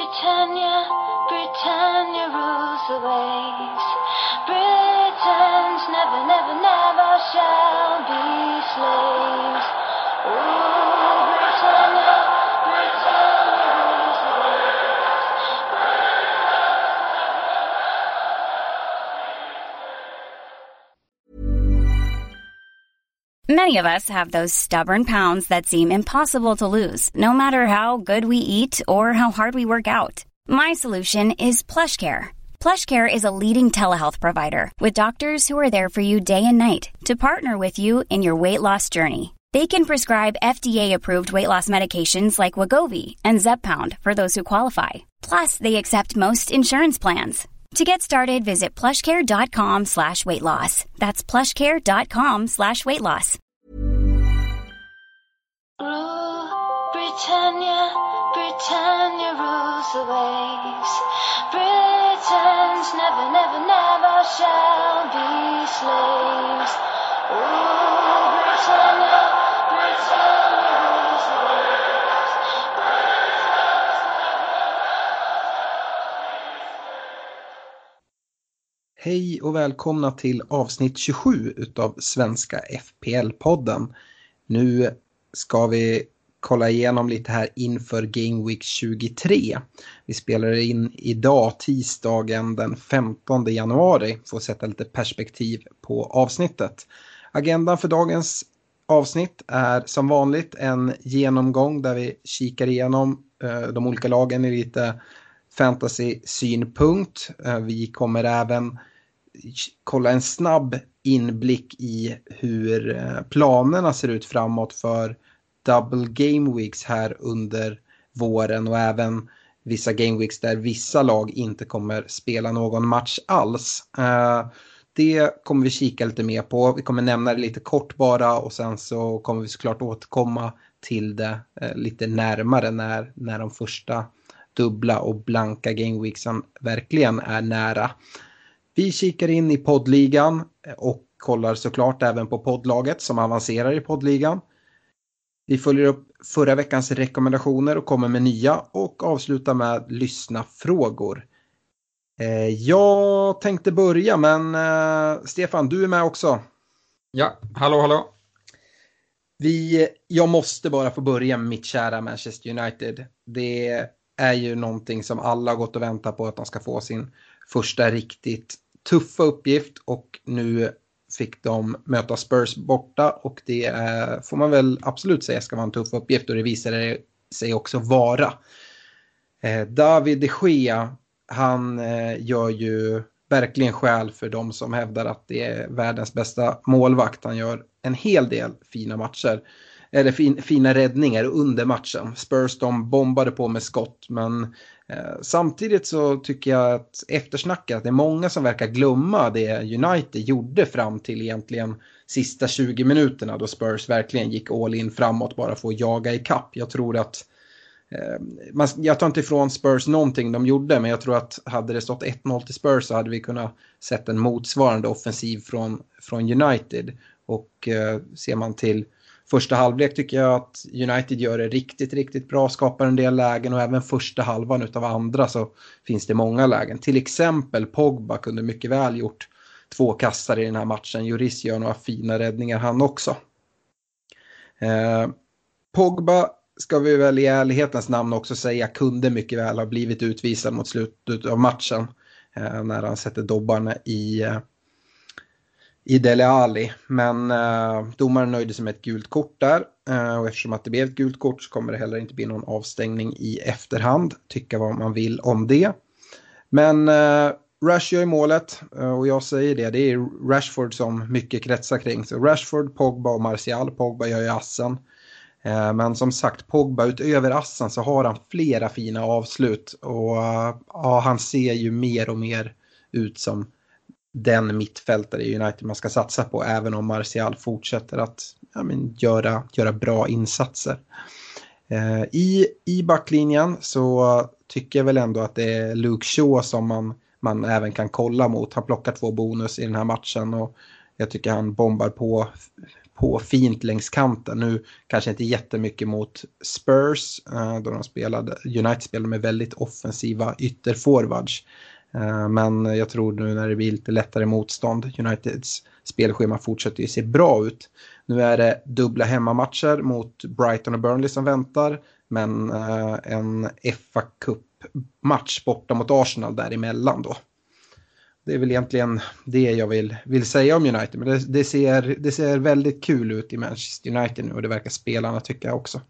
Britannia, Britannia rules the waves. Britons never, never, never shall be slaves. Oh, Britannia, Britannia rules the waves. Many of us have those stubborn pounds that seem impossible to lose, no matter how good we eat or how hard we work out. My solution is PlushCare. PlushCare is a leading telehealth provider with doctors who are there for you day and night to partner with you in your weight loss journey. They can prescribe FDA-approved weight loss medications like Wegovy and Zepbound for those who qualify. Plus, they accept most insurance plans. To get started, visit plushcare.com/weightloss. That's plushcare.com/weightloss. Britannia, Britannia rules the waves. Britons never, never, never shall be slaves. Oh, Britannia, Britannia rules the waves. Hej och välkomna till avsnitt 27 utav Svenska FPL-podden. Nu ska vi kolla igenom lite här inför Game Week 23. Vi spelar in idag tisdagen den 15 januari för att sätta lite perspektiv på avsnittet. Agendan för dagens avsnitt är som vanligt en genomgång där vi kikar igenom de olika lagen i lite fantasy-synpunkt. Vi kommer även kolla en snabb inblick i hur planerna ser ut framåt för double game weeks här under våren och även vissa game weeks där vissa lag inte kommer spela någon match alls. Det kommer vi kika lite mer på. Vi kommer nämna det lite kort bara och sen så kommer vi såklart återkomma till det lite närmare när de första dubbla och blanka game weeksen verkligen är nära. Vi kikar in i poddligan och kollar såklart även på poddlaget som avancerar i poddligan. Vi följer upp förra veckans rekommendationer och kommer med nya och avslutar med lyssna frågor. Jag tänkte börja men Stefan, du är med också. Ja, hallå. Jag måste bara få börja med mitt kära Manchester United. Det är ju någonting som alla har gått och väntat på att de ska få sin första riktigt tuffa uppgift och nu fick de möta Spurs borta och det får man väl absolut säga ska vara en tuff uppgift och det visar det sig också vara. David de Gea, han gör ju verkligen skäl för de som hävdar att det är världens bästa målvakt. Han gör en hel del fina matcher. Eller fina räddningar under matchen. Spurs de bombade på med skott men samtidigt så tycker jag att eftersnacket att det är många som verkar glömma det United gjorde fram till egentligen sista 20 minuterna då Spurs verkligen gick all in framåt bara för att jaga i kapp. Jag tror att jag tar inte ifrån Spurs någonting de gjorde men jag tror att hade det stått 1-0 till Spurs så hade vi kunnat sett en motsvarande offensiv från United och ser man till första halvlek tycker jag att United gör det riktigt, riktigt bra. Skapar en del lägen och även första halvan utav andra så finns det många lägen. Till exempel Pogba kunde mycket väl gjort 2 kastare i den här matchen. Lloris gör några fina räddningar han också. Pogba ska vi väl i ärlighetens namn också säga kunde mycket väl ha blivit utvisad mot slutet av matchen. När han sätter dobbarna i Dele Alli, men domaren nöjde sig med ett gult kort där och eftersom att det blev ett gult kort så kommer det heller inte bli någon avstängning i efterhand, tycka vad man vill om det. Men Rash gör i målet och jag säger det är Rashford som mycket kretsar kring, så Rashford, Pogba och Martial. Pogba gör ju assen, men som sagt Pogba utöver assen så har han flera fina avslut och han ser ju mer och mer ut som den mittfältare i United man ska satsa på även om Martial fortsätter att göra bra insatser. I backlinjen så tycker jag väl ändå att det är Luke Shaw som man även kan kolla mot. Han plockar 2 bonus i den här matchen och jag tycker han bombar på på fint längs kanten. Nu kanske inte jättemycket mot Spurs då United spelade med väldigt offensiva ytterforwards. Men jag tror nu när det blir lite lättare motstånd, Uniteds spelschema fortsätter ju se bra ut. Nu är det dubbla hemmamatcher mot Brighton och Burnley som väntar, men en FA Cup-match borta mot Arsenal däremellan då. Det är väl egentligen det jag vill säga om United, men det ser väldigt kul ut i Manchester United nu och det verkar spelarna tycka också.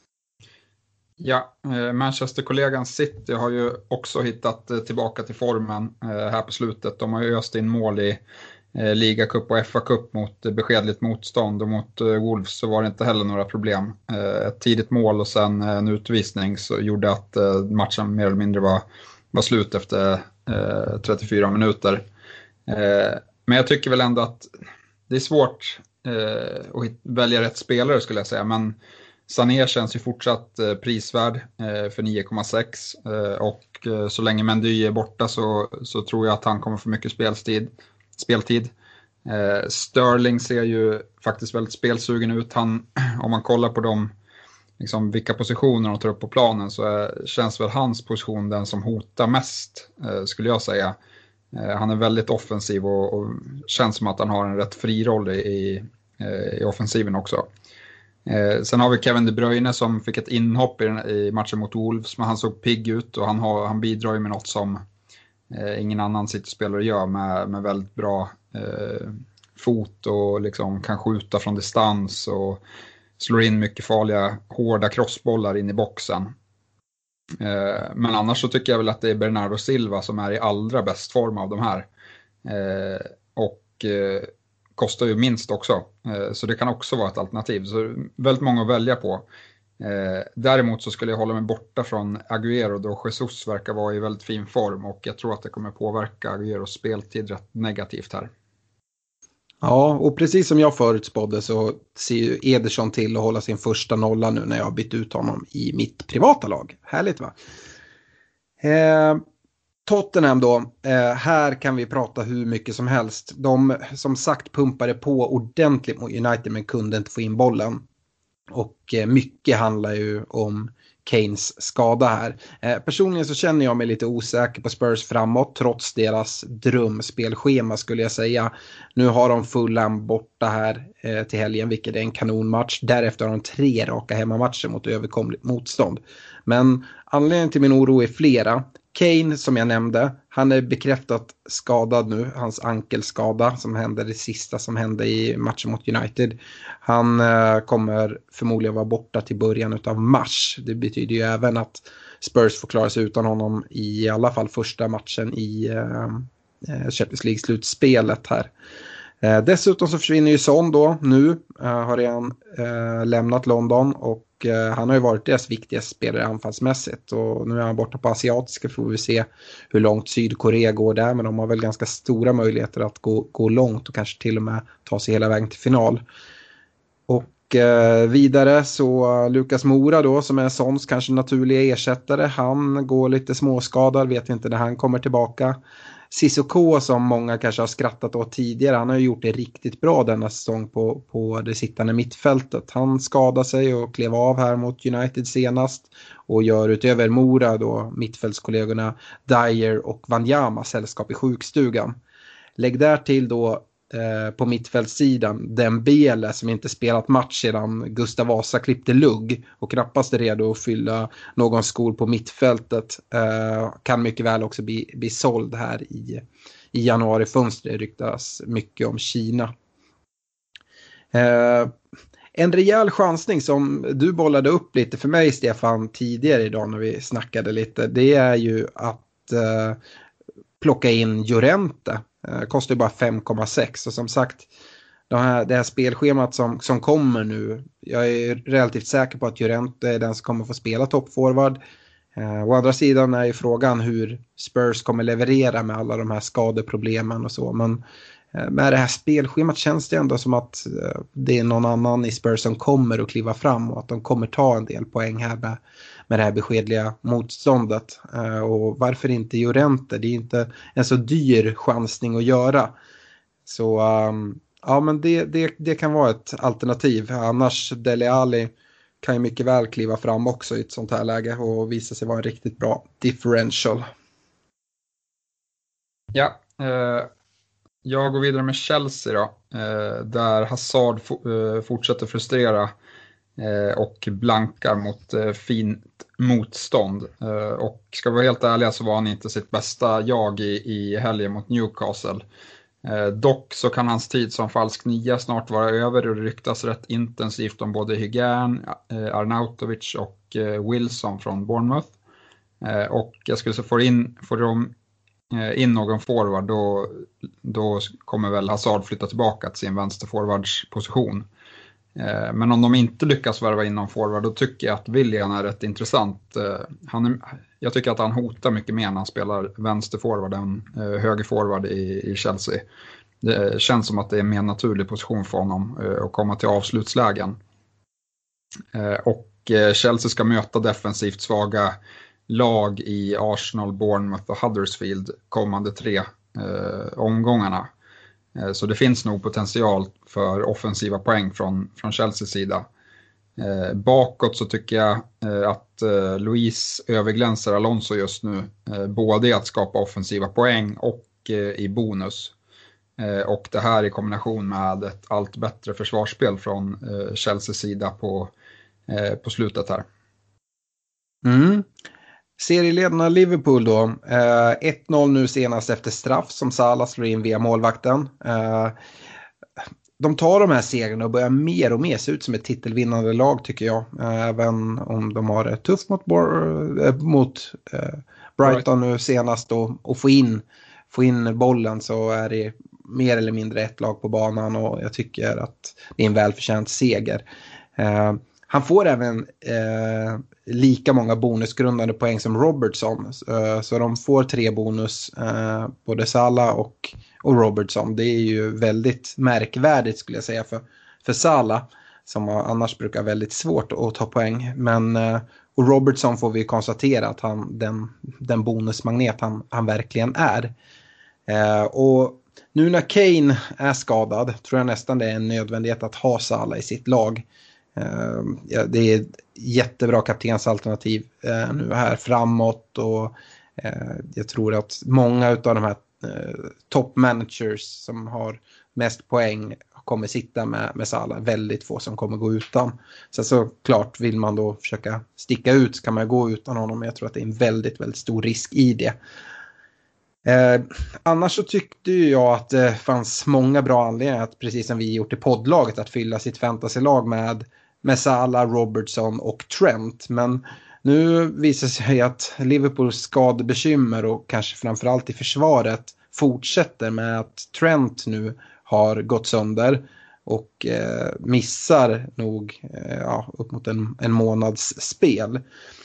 Ja, Manchester-kollegan City har ju också hittat tillbaka till formen här på slutet. De har ju öst in mål i Liga-cup och FA-cup mot beskedligt motstånd, och mot Wolves så var det inte heller några problem. Ett tidigt mål och sen en utvisning så gjorde att matchen mer eller mindre var slut efter 34 minuter. Men jag tycker väl ändå att det är svårt att välja rätt spelare, skulle jag säga, men Sané känns ju fortsatt prisvärd för 9,6 och så länge Mendy är borta så tror jag att han kommer få mycket speltid. Sterling ser ju faktiskt väldigt spelsugen ut. Om man kollar på dem, liksom, vilka positioner de tar upp på planen, så känns väl hans position den som hotar mest, skulle jag säga. Han är väldigt offensiv och känns som att han har en rätt fri roll i offensiven också. Sen har vi Kevin De Bruyne som fick ett inhopp i matchen mot Wolves, men han såg pigg ut och han bidrar ju med något som ingen annan City-spelare gör, med väldigt bra fot och liksom kan skjuta från distans och slår in mycket farliga, hårda crossbollar in i boxen. Men annars så tycker jag väl att det är Bernardo Silva som är i allra bäst form av de här. Och kostar ju minst också. Så det kan också vara ett alternativ. Så väldigt många att välja på. Däremot så skulle jag hålla mig borta från Agüero då Jesus verkar vara i väldigt fin form. Och jag tror att det kommer påverka Agüeros speltid rätt negativt här. Ja, och precis som jag förutspådde så ser ju Ederson till att hålla sin första nolla nu när jag har bytt ut honom i mitt privata lag. Härligt, va? Tottenham då, här kan vi prata hur mycket som helst. De som sagt pumpade på ordentligt mot United men kunde inte få in bollen. Och mycket handlar ju om Kanes skada här. Personligen så känner jag mig lite osäker på Spurs framåt trots deras drömspelschema, skulle jag säga. Nu har de Fulham borta här till helgen, vilket är en kanonmatch. Därefter har de 3 raka hemmamatcher mot överkomligt motstånd. Men anledningen till min oro är flera. Kane, som jag nämnde, han är bekräftat skadad nu. Hans ankelskada som hände, det sista som hände i matchen mot United. Han kommer förmodligen vara borta till början av mars. Det betyder ju även att Spurs får klara sig utan honom i alla fall första matchen i Champions League-slutspelet här. Dessutom så försvinner ju Son då nu. Har redan lämnat London och han har ju varit deras viktigaste spelare anfallsmässigt. Och nu är han borta på asiatiska, får vi se hur långt Sydkorea går där. Men de har väl ganska stora möjligheter att gå långt och kanske till och med ta sig hela vägen till final. Och vidare så Lucas Moura då, som är Sons kanske naturliga ersättare. Han går lite småskadad, vet inte när han kommer tillbaka. Sissoko, som många kanske har skrattat åt tidigare, han har ju gjort det riktigt bra denna säsong på det sittande mittfältet. Han skadade sig och klev av här mot United senast och gör utöver Moura då mittfältskollegorna Dyer och Wanyama sällskap i sjukstugan. Lägg där till då på mittfältssidan Dembele som inte spelat match sedan Gustav Vasa klippte lugg och knappast är redo att fylla någon skor på mittfältet. Kan mycket väl också bli såld här i januari fönstret. Det ryktas mycket om Kina. En rejäl chansning som du bollade upp lite för mig, Stefan, tidigare idag när vi snackade lite, det är ju att plocka in Llorente. Kostar ju bara 5,6 och som sagt det här spelschemat som kommer nu, jag är relativt säker på att Llorente är den som kommer få spela toppforward. Å andra sidan är ju frågan hur Spurs kommer leverera med alla de här skadeproblemen och så, men med det här spelschemat känns det ändå som att det är någon annan i Spurs som kommer att kliva fram och att de kommer ta en del poäng här med det här beskedliga motståndet. Och varför inte Llorente? Det är inte en så dyr chansning att göra. Så Ja, men det kan vara ett alternativ. Annars Dele Alli kan ju mycket väl kliva fram också i ett sånt här läge och visa sig vara en riktigt bra differential. Ja, jag går vidare med Chelsea då, där Hazard fortsätter frustrera och blankar mot fint motstånd. Och ska vi vara helt ärliga så var han inte sitt bästa jag i helgen mot Newcastle. Dock så kan hans tid som falsk nia snart vara över och det ryktas rätt intensivt om både Hygien, Arnautovic och Wilson från Bournemouth. Och jag skulle så får de in någon forward då kommer väl Hazard flytta tillbaka till sin vänsterforwardsposition. Men om de inte lyckas värva in någon forward då tycker jag att Willian är rätt intressant. Jag tycker att han hotar mycket mer när han spelar vänsterforward än högerforward i Chelsea. Det känns som att det är en mer naturlig position för honom att komma till avslutslägen. Och Chelsea ska möta defensivt svaga lag i Arsenal, Bournemouth och Huddersfield kommande 3 omgångarna. Så det finns nog potential för offensiva poäng från Chelseas sida. Bakåt så tycker jag att Luis överglänser Alonso just nu. Både i att skapa offensiva poäng och i bonus. Och det här i kombination med ett allt bättre försvarsspel från Chelseas sida på slutet här. Serieledarna Liverpool då. 1-0 nu senast efter straff som Salah slår in via målvakten. De tar de här segrarna och börjar mer och mer se ut som ett titelvinnande lag tycker jag. Även om de har det tufft mot Brighton nu senast och få in bollen så är det mer eller mindre ett lag på banan och jag tycker att det är en välförtjänt seger. Han får även lika många bonusgrundande poäng som Robertson. Så de får 3 bonus, både Salah och Robertson. Det är ju väldigt märkvärdigt skulle jag säga för Salah. Som annars brukar väldigt svårt att ta poäng. Men och Robertson får vi konstatera att den bonusmagnet han verkligen är. Och nu när Kane är skadad tror jag nästan det är en nödvändighet att ha Salah i sitt lag. Det är ett jättebra kaptensalternativ nu här framåt och jag tror att många av de här top managers som har mest poäng kommer sitta med Salah. Väldigt få som kommer gå utan. Så klart vill man då försöka sticka ut så kan man gå utan honom, men jag tror att det är en väldigt, väldigt stor risk i det. Annars så tyckte jag att det fanns många bra anledningar att precis som vi gjort i poddlaget att fylla sitt fantasylag med Salah, Robertson och Trent. Men nu visar sig att Liverpools skadebekymmer och kanske framförallt i försvaret fortsätter med att Trent nu har gått sönder och missar nog upp mot en månads spel.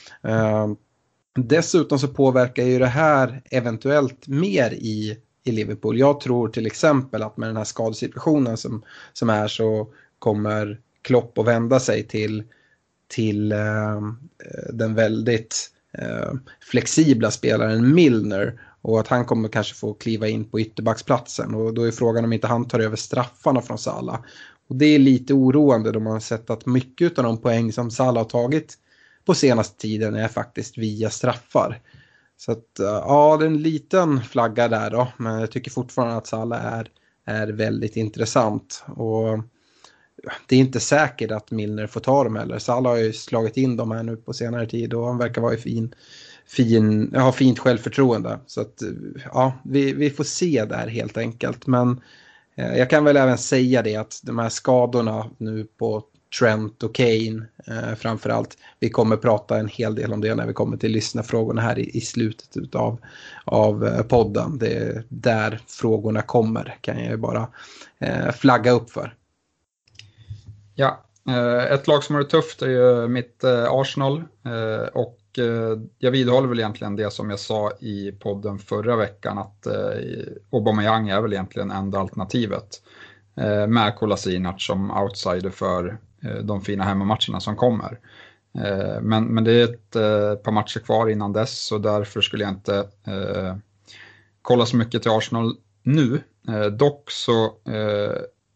Dessutom så påverkar ju det här eventuellt mer i Liverpool. Jag tror till exempel att med den här skadesituationen som är så kommer Klopp att vända sig till den väldigt flexibla spelaren Milner och att han kommer kanske få kliva in på ytterbacksplatsen och då är frågan om inte han tar över straffarna från Salah. Och det är lite oroande då man har sett att mycket av de poäng som Salah har tagit på senaste tiden är faktiskt via straffar. Så att ja, det är en liten flagga där då, men jag tycker fortfarande att Salah är väldigt intressant och det är inte säkert att Milner får ta dem heller. Salah har ju slagit in dem här nu på senare tid och han verkar vara har fint självförtroende. Så att ja, vi får se där helt enkelt. Men jag kan väl även säga det att de här skadorna nu på Trent och Kane framförallt. Vi kommer prata en hel del om det när vi kommer till lyssnarfrågorna här i slutet av podden. Det är där frågorna kommer, kan jag ju bara flagga upp för. Ja, ett lag som har det tufft är ju mitt Arsenal och jag vidhåller väl egentligen det som jag sa i podden förra veckan att Aubameyang är väl egentligen enda alternativet med Kolasinac som outsider för de fina hemmamatcherna som kommer. Men det är ett par matcher kvar innan dess så därför skulle jag inte kolla så mycket till Arsenal nu. Dock så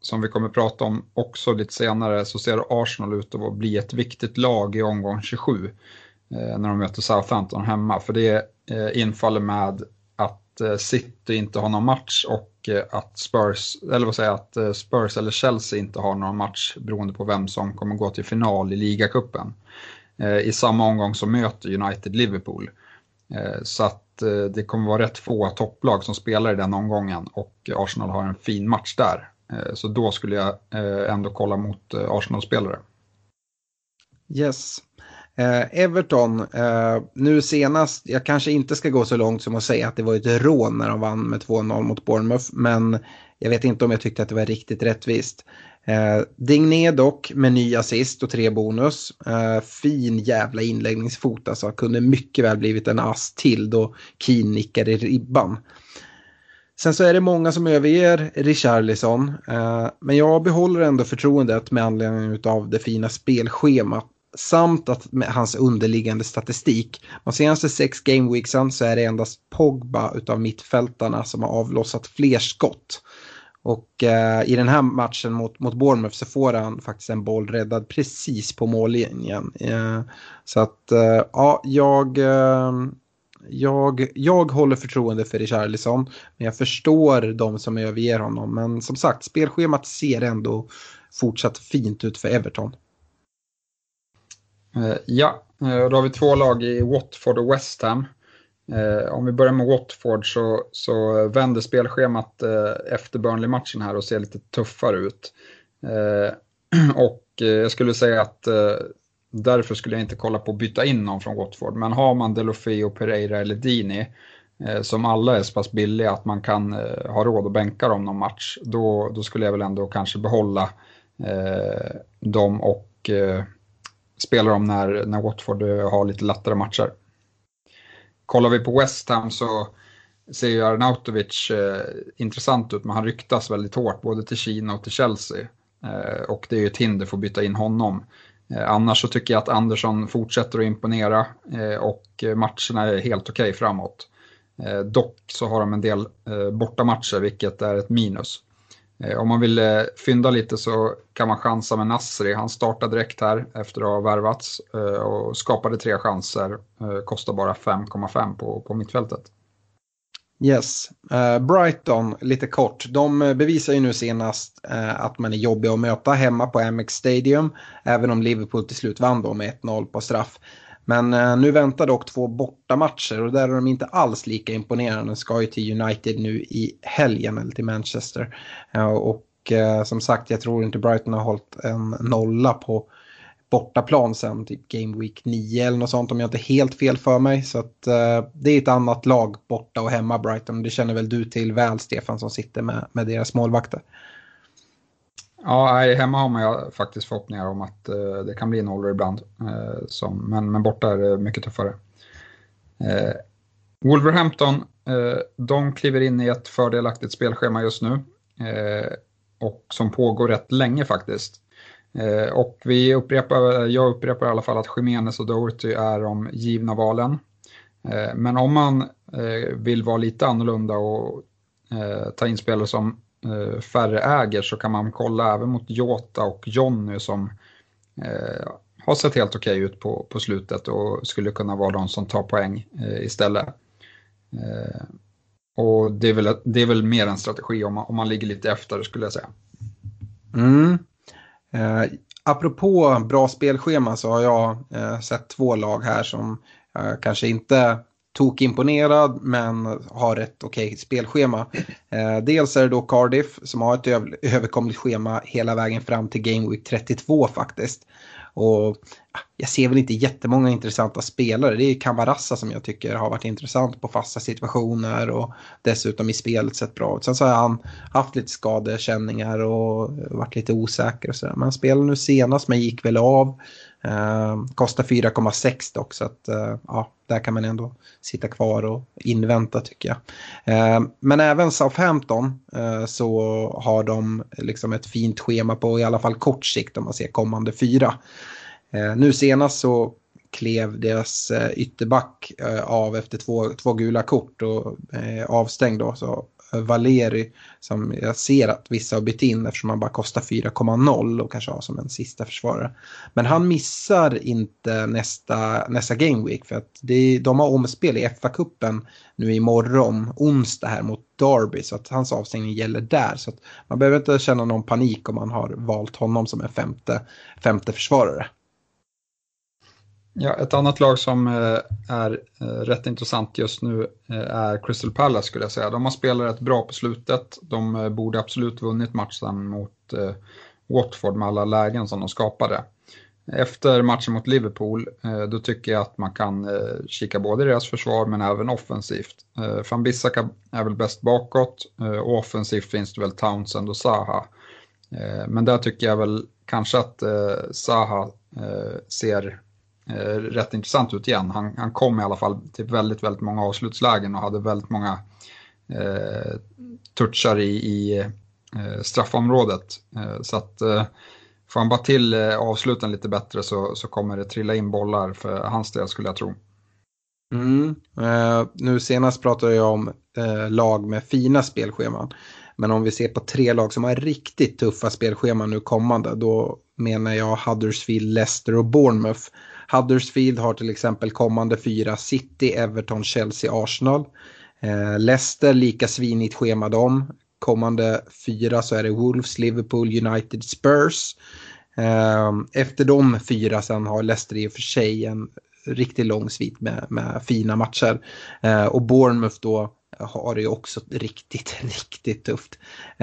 som vi kommer prata om också lite senare, så ser Arsenal ut att bli ett viktigt lag i omgång 27 när de möter Southampton hemma. För det infaller med att City inte har någon match och att Spurs eller Chelsea inte har någon match beroende på vem som kommer gå till final i ligacupen. I samma omgång så möter United Liverpool. Så att det kommer vara rätt få topplag som spelar i den omgången och Arsenal har en fin match där. Så då skulle jag ändå kolla mot Arsenal-spelare. Yes. Everton, nu senast, jag kanske inte ska gå så långt som att säga att det var ett rån när de vann med 2-0 mot Bournemouth, men jag vet inte om jag tyckte att det var riktigt rättvist. Digné dock med ny assist och 3 bonus. Fin jävla inläggningsfot, alltså kunde mycket väl blivit en ass till då Keane nickade i ribban. Sen så är det många som överger Richarlison, men jag behåller ändå förtroendet med anledning av det fina spelschemat samt att med hans underliggande statistik. De senaste 6 gameweeksen så är det endast Pogba utav mittfältarna som har avlossat fler skott. Och i den här matchen mot Bournemouth så får han faktiskt en boll räddad precis på mållinjen. Så att ja, jag håller förtroende för Richarlison, men jag förstår de som överger honom. Men som sagt, spelschemat ser ändå fortsatt fint ut för Everton. Ja, då har vi 2 lag i Watford och West Ham. Om vi börjar med Watford så vänder spelschemat efter Burnley-matchen här och ser lite tuffare ut. Och jag skulle säga att därför skulle jag inte kolla på att byta in någon från Watford. Men har man Deulofeu, Pereira eller Dini som alla är så pass billiga att man kan ha råd att bänka dem någon match, då skulle jag väl ändå kanske behålla dem och spela dem när Watford har lite lättare matcher. Kollar vi på West Ham så ser ju Arnautovic intressant ut, men han ryktas väldigt hårt både till Kina och till Chelsea. Och det är ju ett hinder för att byta in honom. Annars så tycker jag att Andersson fortsätter att imponera och matcherna är helt okej framåt. Dock så har de en del bortamatcher, vilket är ett minus. Om man vill fynda lite så kan man chansa med Nasri. Han startade direkt här efter att ha värvats och skapade 3 chanser. Kostar bara 5,5 på mittfältet. Yes. Brighton, lite kort. De bevisar ju nu senast att man är jobbig att möta hemma på Amex Stadium. Även om Liverpool till slut vann då med 1-0 på straff. Men nu väntar dock 2 bortamatcher och där är de inte alls lika imponerande. De ska ju till United nu i helgen eller till Manchester. Och som sagt, jag tror inte Brighton har hållit en nolla på bortaplan sen typ Game Week 9 eller något sånt om jag inte helt fel för mig. Så att det är ett annat lag borta och hemma Brighton. Det känner väl du till väl, Stefan, som sitter med deras målvakter. Ja, hemma har man ju faktiskt förhoppningar om att det kan bli nollor ibland. Men borta är det mycket tuffare. Wolverhampton, de kliver in i ett fördelaktigt spelschema just nu. Och som pågår rätt länge faktiskt. Och jag upprepar i alla fall att Jimenez och Doherty är de givna valen. Men om man vill vara lite annorlunda och ta in spelare som färre äger, så kan man kolla även mot Jota och Jonny som har sett helt okej ut på slutet och skulle kunna vara de som tar poäng istället. Och det är väl mer en strategi om man ligger lite efter, skulle jag säga. Apropå bra spelschema så har jag sett 2 lag här som kanske inte tok imponerad men har ett okej spelschema. Dels är det då Cardiff som har ett överkomligt schema hela vägen fram till Game Week 32 faktiskt. Och jag ser väl inte jättemånga intressanta spelare. Det är Camarasa som jag tycker har varit intressant på fasta situationer och dessutom i spelet sett bra ut. Sen så har han haft lite skadekänningar och varit lite osäker och sådär. Men han spelade nu senast men gick väl av. Kostar 4,6 dock, så att ja, där kan man ändå sitta kvar och invänta tycker jag. Men även Southampton så har de liksom ett fint schema på i alla fall kort sikt om man ser kommande 4. Nu senast så klev deras ytterback av efter två gula kort och avstängd då, så Valeri, som jag ser att vissa har bytt in eftersom han bara kostar 4,0 och kanske har som en sista försvarare. Men han missar inte nästa Game Week, för att de har omspel i FA-cupen nu imorgon, onsdag här mot Derby, så att hans avstängning gäller där. Så att man behöver inte känna någon panik om man har valt honom som en femte försvarare. Ja, ett annat lag som är rätt intressant just nu är Crystal Palace, skulle jag säga. De har spelat rätt bra på slutet. De borde absolut vunnit matchen mot Watford med alla lägen som de skapade. Efter matchen mot Liverpool, då tycker jag att man kan kika både deras försvar men även offensivt. Van Bissaka är väl bäst bakåt, och offensivt finns det väl Townsend och Zaha. Men där tycker jag väl kanske att Zaha ser rätt intressant ut igen. Han kom i alla fall till väldigt, väldigt många avslutslägen och hade väldigt många touchar i straffområdet. Så att får han bara till avsluten lite bättre så kommer det trilla in bollar för hans del, skulle jag tro. Nu senast pratade jag om lag med fina spelscheman. Men om vi ser på 3 lag som har riktigt tuffa spelscheman nu kommande, då menar jag Huddersfield, Leicester och Bournemouth. Huddersfield har till exempel kommande 4 City, Everton, Chelsea, Arsenal. Leicester lika svinigt schema dem. Kommande 4 så är det Wolves, Liverpool, United, Spurs. Efter de 4 sen har Leicester i och för sig en riktigt lång svit med fina matcher. Och Bournemouth då har det ju också riktigt, riktigt tufft.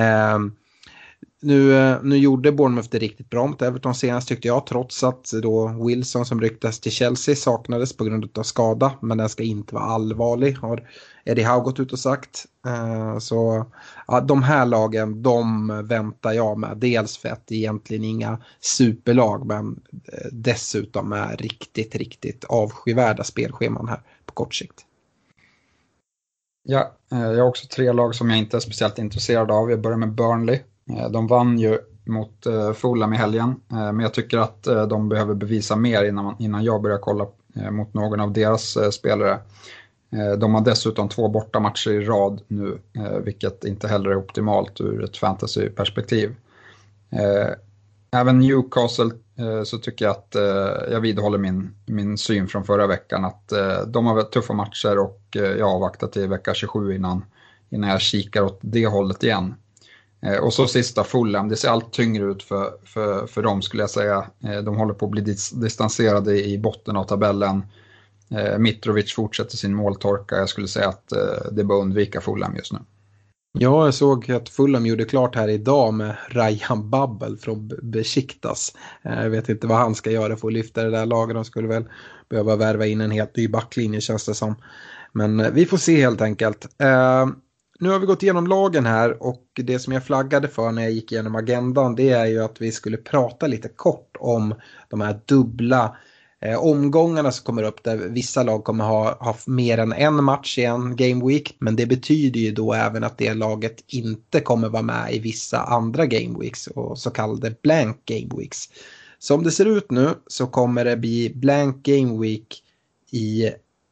Nu gjorde Bournemouth det riktigt bra mot Everton senast, tyckte jag, trots att då Wilson som ryktas till Chelsea saknades på grund av skada, men den ska inte vara allvarlig, har Eddie Howe gått ut och sagt. Så ja, de här lagen, de väntar jag med, dels för att det egentligen inga superlag, men dessutom är riktigt, riktigt avskyvärda spelscheman här på kort sikt. Ja, jag har också 3 lag som jag inte är speciellt intresserad av. Jag börjar med Burnley. De vann ju mot Fulham i helgen, men jag tycker att de behöver bevisa mer innan jag börjar kolla mot någon av deras spelare. De har dessutom 2 bortamatcher i rad nu, vilket inte heller är optimalt ur ett fantasyperspektiv. Även Newcastle, så tycker jag att jag vidhåller min syn från förra veckan, att de har väldigt tuffa matcher och jag avvaktar till vecka 27 innan jag kikar åt det hållet igen. Och så sista Fulham, det ser allt tyngre ut för dem, skulle jag säga. De håller på att bli distanserade i botten av tabellen. Mitrovic fortsätter sin måltorka. Jag skulle säga att det bör undvika Fulham just nu. Ja, jag såg att Fulham gjorde klart här idag med Ryan Babel från Besiktas. Jag vet inte vad han ska göra för att lyfta det där laget. De skulle väl behöva värva in en helt ny backlinje, känns det som. Men vi får se helt enkelt. Nu har vi gått igenom lagen här, och det som jag flaggade för när jag gick igenom agendan, det är ju att vi skulle prata lite kort om de här dubbla omgångarna som kommer upp, där vissa lag kommer ha mer än en match i en game week, men det betyder ju då även att det laget inte kommer vara med i vissa andra game weeks och så kallade blank game weeks. Som det ser ut nu så kommer det bli blank game week i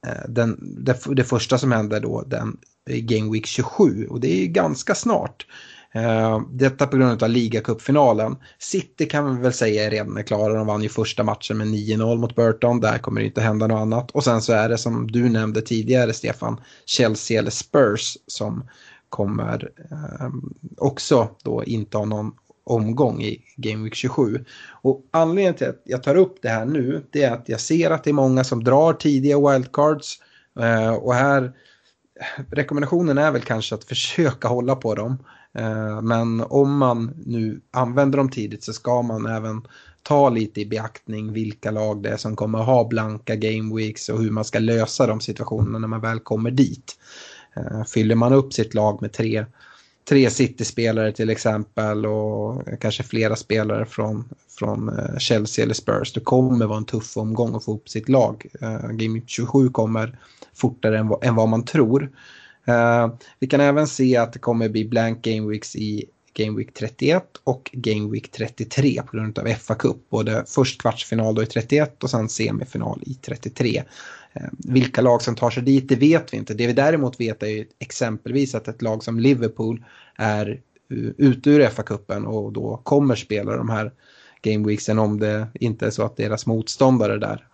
det första som händer då, den Game Week 27, och det är ganska snart. Detta på grund av ligacupfinalen. City kan vi väl säga är redan klara. De vann ju första matchen med 9-0 mot Burton. Där kommer det inte hända något annat. Och sen så är det, som du nämnde tidigare, Stefan, Chelsea eller Spurs som kommer också då inte ha någon omgång i Game Week 27. Och anledningen till att jag tar upp det här nu, det är att jag ser att det är många som drar tidiga wildcards, och här rekommendationen är väl kanske att försöka hålla på dem. Men om man nu använder dem tidigt så ska man även ta lite i beaktning vilka lag det är som kommer ha blanka game weeks och hur man ska lösa de situationerna när man väl kommer dit. Fyller man upp sitt lag med tre City-spelare till exempel, och kanske flera spelare från Chelsea eller Spurs, det kommer vara en tuff omgång att få upp sitt lag. Game 27 kommer fortare än vad man tror. Vi kan även se att det kommer bli blank game weeks i Game Week 31 och Game Week 33 på grund av FA Cup. Både först kvartsfinal då i 31 och sen semifinal i 33. Vilka lag som tar sig dit, det vet vi inte. Det vi däremot vet är ju exempelvis att ett lag som Liverpool är ute ur FA-cupen och då kommer spela de här gameweeksen om det inte är så att deras motståndare där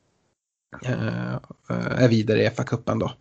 är vidare i FA-cupen då.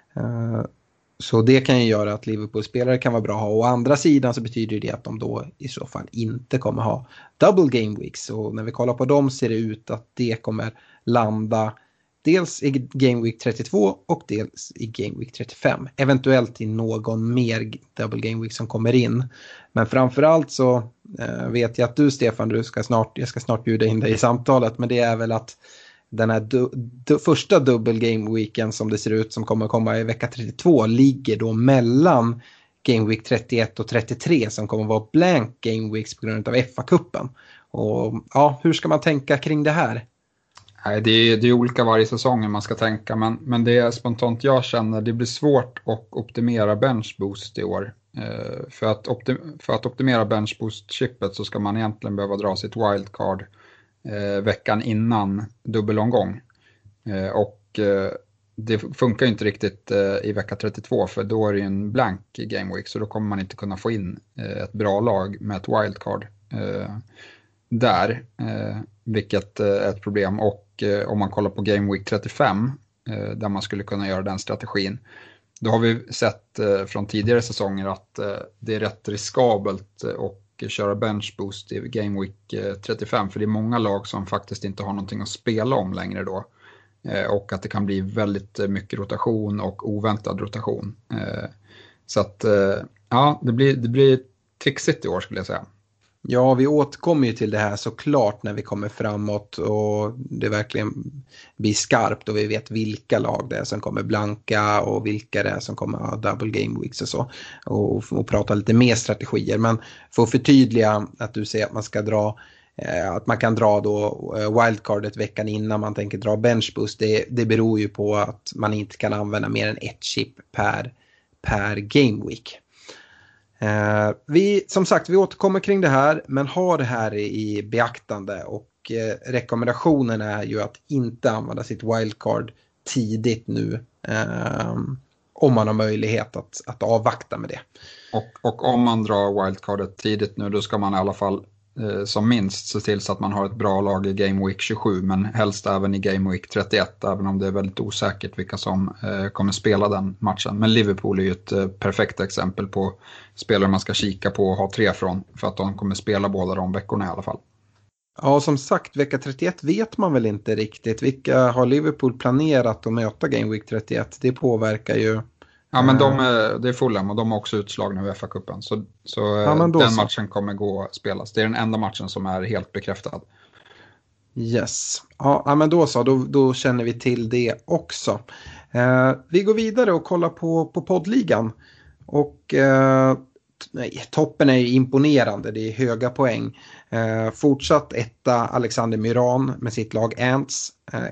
Så det kan ju göra att Liverpool-spelare kan vara bra att ha. Å andra sidan så betyder det att de då i så fall inte kommer ha double game weeks. Och när vi kollar på dem ser det ut att det kommer landa dels i Game Week 32 och dels i Game Week 35. Eventuellt i någon mer double game week som kommer in. Men framförallt så vet jag att du, Stefan, jag ska snart bjuda in dig i samtalet. Men det är väl att den här första double game weeken som det ser ut som kommer komma i vecka 32 ligger då mellan Game Week 31 och 33 som kommer vara blank game weeks på grund av FA-cupen. Och ja, hur ska man tänka kring det här? Nej, det är olika varje säsong man ska tänka, men det är spontant jag känner, det blir svårt att optimera bench boost i år. För att optimera bench boost-chippet så ska man egentligen behöva dra sitt wildcard veckan innan dubbelomgång. Och det funkar inte riktigt i vecka 32 för då är det en blank game week så då kommer man inte kunna få in ett bra lag med ett wildcard där, vilket är ett problem. Och om man kollar på Game Week 35 där man skulle kunna göra den strategin, då har vi sett från tidigare säsonger att det är rätt riskabelt och köra bench boost i Game Week 35 för det är många lag som faktiskt inte har någonting att spela om längre då. Och att det kan bli väldigt mycket rotation och oväntad rotation. Så att ja, det blir trixigt i år skulle jag säga. Ja, vi återkommer ju till det här såklart när vi kommer framåt och det verkligen blir skarpt och vi vet vilka lag det är som kommer blanka och vilka det är som kommer ha double game weeks och så. Och prata lite mer strategier. Men för att förtydliga att du säger att man ska dra att man kan dra då wildcardet veckan innan man tänker dra bench boost. Det beror ju på att man inte kan använda mer än ett chip per game week. Vi återkommer kring det här men har det här i beaktande och rekommendationen är ju att inte använda sitt wildcard tidigt nu om man har möjlighet att avvakta med det. Och om man drar wildcardet tidigt nu då ska man i alla fall som minst se till så att man har ett bra lag i Game Week 27 men helst även i Game Week 31 även om det är väldigt osäkert vilka som kommer spela den matchen. Men Liverpool är ju ett perfekt exempel på spelare man ska kika på och ha 3 från för att de kommer spela båda de veckorna i alla fall. Ja, som sagt, vecka 31 vet man väl inte riktigt. Vilka har Liverpool planerat att möta Game Week 31? Det påverkar ju. Ja, men det är Fulham och de är också utslagna i FA-cupen. Så ja, den matchen kommer gå att spelas. Det är den enda matchen som är helt bekräftad. Yes. Ja, men då känner vi till det också. Vi går vidare och kollar på poddligan. Och toppen är ju imponerande. Det är höga poäng. Fortsatt etta Alexander Myran med sitt lag Ants.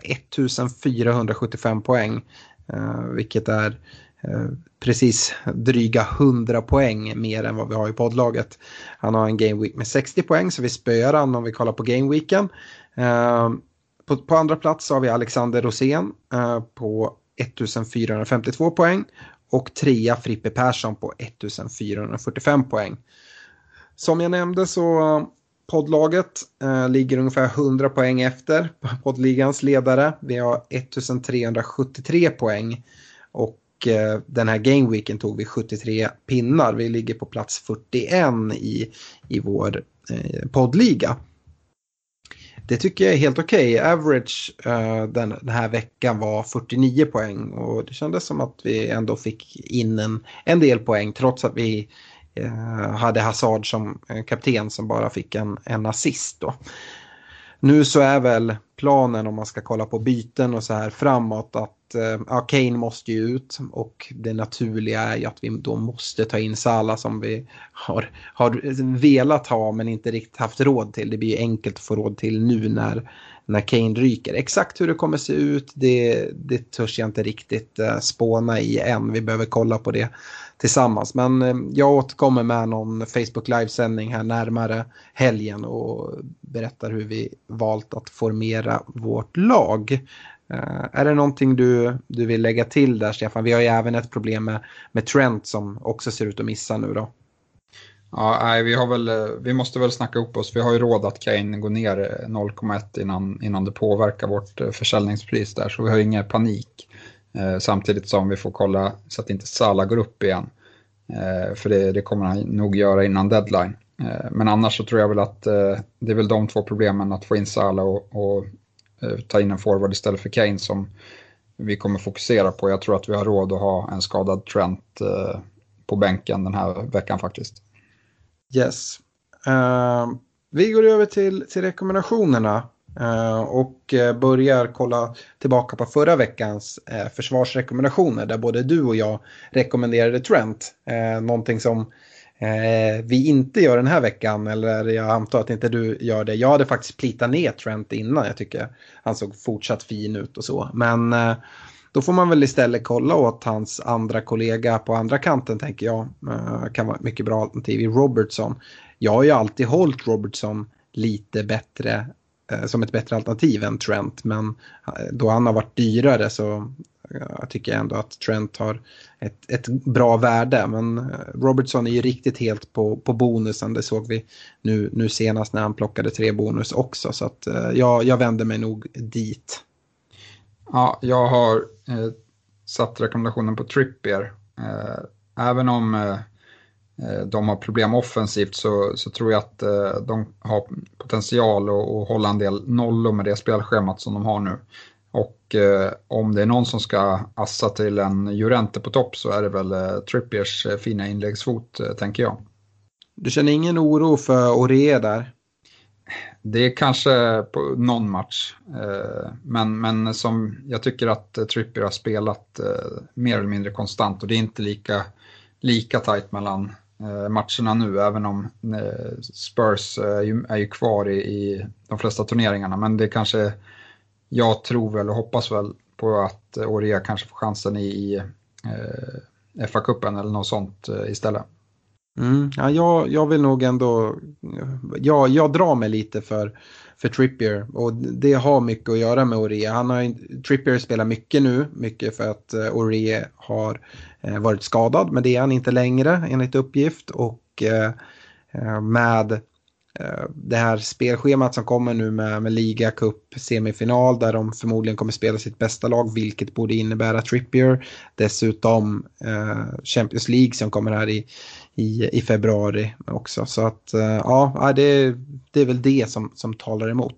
1475 poäng. Vilket är precis dryga 100 poäng mer än vad vi har i poddlaget. Han har en game week med 60 poäng så vi spöar han om vi kollar på gameweeken. På andra plats har vi Alexander Rosén på 1452 poäng och trea Frippe Persson på 1445 poäng. Som jag nämnde så poddlaget ligger ungefär 100 poäng efter poddligans ledare. Vi har 1373 poäng och den här gameweeken tog vi 73 pinnar. Vi ligger på plats 41 i vår poddliga. Det tycker jag är helt okej. Average den här veckan var 49 poäng och det kändes som att vi ändå fick in en del poäng trots att vi hade Hazard som kapten som bara fick en assist då. Nu så är väl planen om man ska kolla på byten och så här framåt att Kane måste ju ut och det naturliga är ju att vi då måste ta in Salah som vi har velat ha men inte riktigt haft råd till. Det blir ju enkelt att få råd till nu när Kane ryker. Exakt hur det kommer se ut det törs jag inte riktigt spåna i än. Vi behöver kolla på det tillsammans. Men jag återkommer med någon Facebook livesändning här närmare helgen och berättar hur vi valt att formera vårt lag. Är det någonting du vill lägga till där, Stefan? Vi har ju även ett problem med Trent som också ser ut att missa nu då. Ja, nej, vi måste väl snacka upp oss. Vi har ju råd att Kane går ner 0,1 innan det påverkar vårt försäljningspris där. Så vi har ju ingen panik. Samtidigt som vi får kolla så att inte Salah går upp igen. För det kommer han nog göra innan deadline. Men annars så tror jag väl att det är väl de två problemen, att få in Salah och ta in en forward istället för Kane, som vi kommer fokusera på. Jag tror att vi har råd att ha en skadad Trent på bänken den här veckan faktiskt. Yes. Vi går över till rekommendationerna och börjar kolla tillbaka på förra veckans försvarsrekommendationer, där både du och jag rekommenderade Trent. Någonting som vi inte gör den här veckan, eller jag antar att inte du gör det. Jag hade faktiskt plitat ner Trent innan, jag tycker han såg fortsatt fin ut och så. Men då får man väl istället kolla åt hans andra kollega på andra kanten, tänker jag. Kan vara ett mycket bra alternativ i Robertson. Jag har ju alltid hållit Robertson lite bättre, som ett bättre alternativ än Trent. Men då han har varit dyrare så jag tycker ändå att Trent har ett bra värde. Men Robertson är ju riktigt helt på bonusen. Det såg vi nu senast när han plockade 3 bonus också. Så att jag vänder mig nog dit. Ja, jag har satt rekommendationen på Trippier. Även om de har problem offensivt så tror jag att de har potential att hålla en del nollor med det spelschemat som de har nu. Och om det är någon som ska assa till en Llorente på topp så är det väl Trippiers fina inläggsfot, tänker jag. Du känner ingen oro för Aurier där? Det är kanske på någon match, men som jag tycker att Trippier har spelat mer eller mindre konstant, och det är inte lika tajt mellan matcherna nu, även om Spurs är ju kvar i de flesta turneringarna. Men det kanske, jag tror väl och hoppas väl på att Aurier kanske får chansen i FA-cupen eller något sånt istället. Ja, jag vill nog ändå, jag drar mig lite för Trippier, och det har mycket att göra med Aurier. Trippier spelar mycket för att Aurier har varit skadad, men det är han inte längre enligt uppgift, och med det här spelschemat som kommer nu med Liga Cup semifinal, där de förmodligen kommer spela sitt bästa lag, vilket borde innebära Trippier. Dessutom Champions League som kommer här i februari också. Så att ja, det är väl det som talar emot.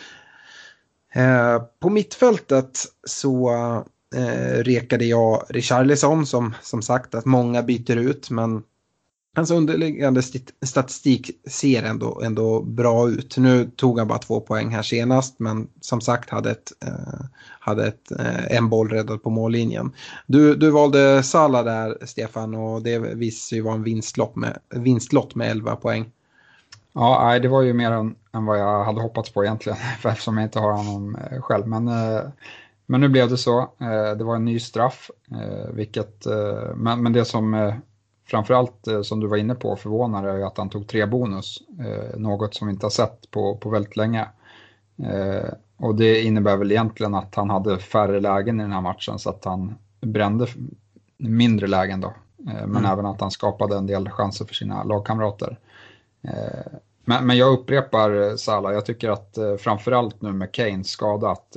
På mittfältet så rekade jag Richarlison, som sagt att många byter ut, men hans underliggande statistik ser ändå bra ut. Nu tog han bara 2 poäng här senast, men som sagt hade en boll räddad på mållinjen. Du valde Salah där, Stefan, och det visade ju vara en vinstlott med 11 poäng. Ja, det var ju mer än vad jag hade hoppats på egentligen, eftersom jag inte har honom själv. Men nu blev det så. Det var en ny straff, men det som framförallt som du var inne på förvånar är att han tog 3 bonus. Något som vi inte har sett på väldigt länge. Och det innebär väl egentligen att han hade färre lägen i den här matchen, så att han brände mindre lägen då. Men även att han skapade en del chanser för sina lagkamrater. Men jag upprepar Salah. Jag tycker att framförallt nu med Kane skadat,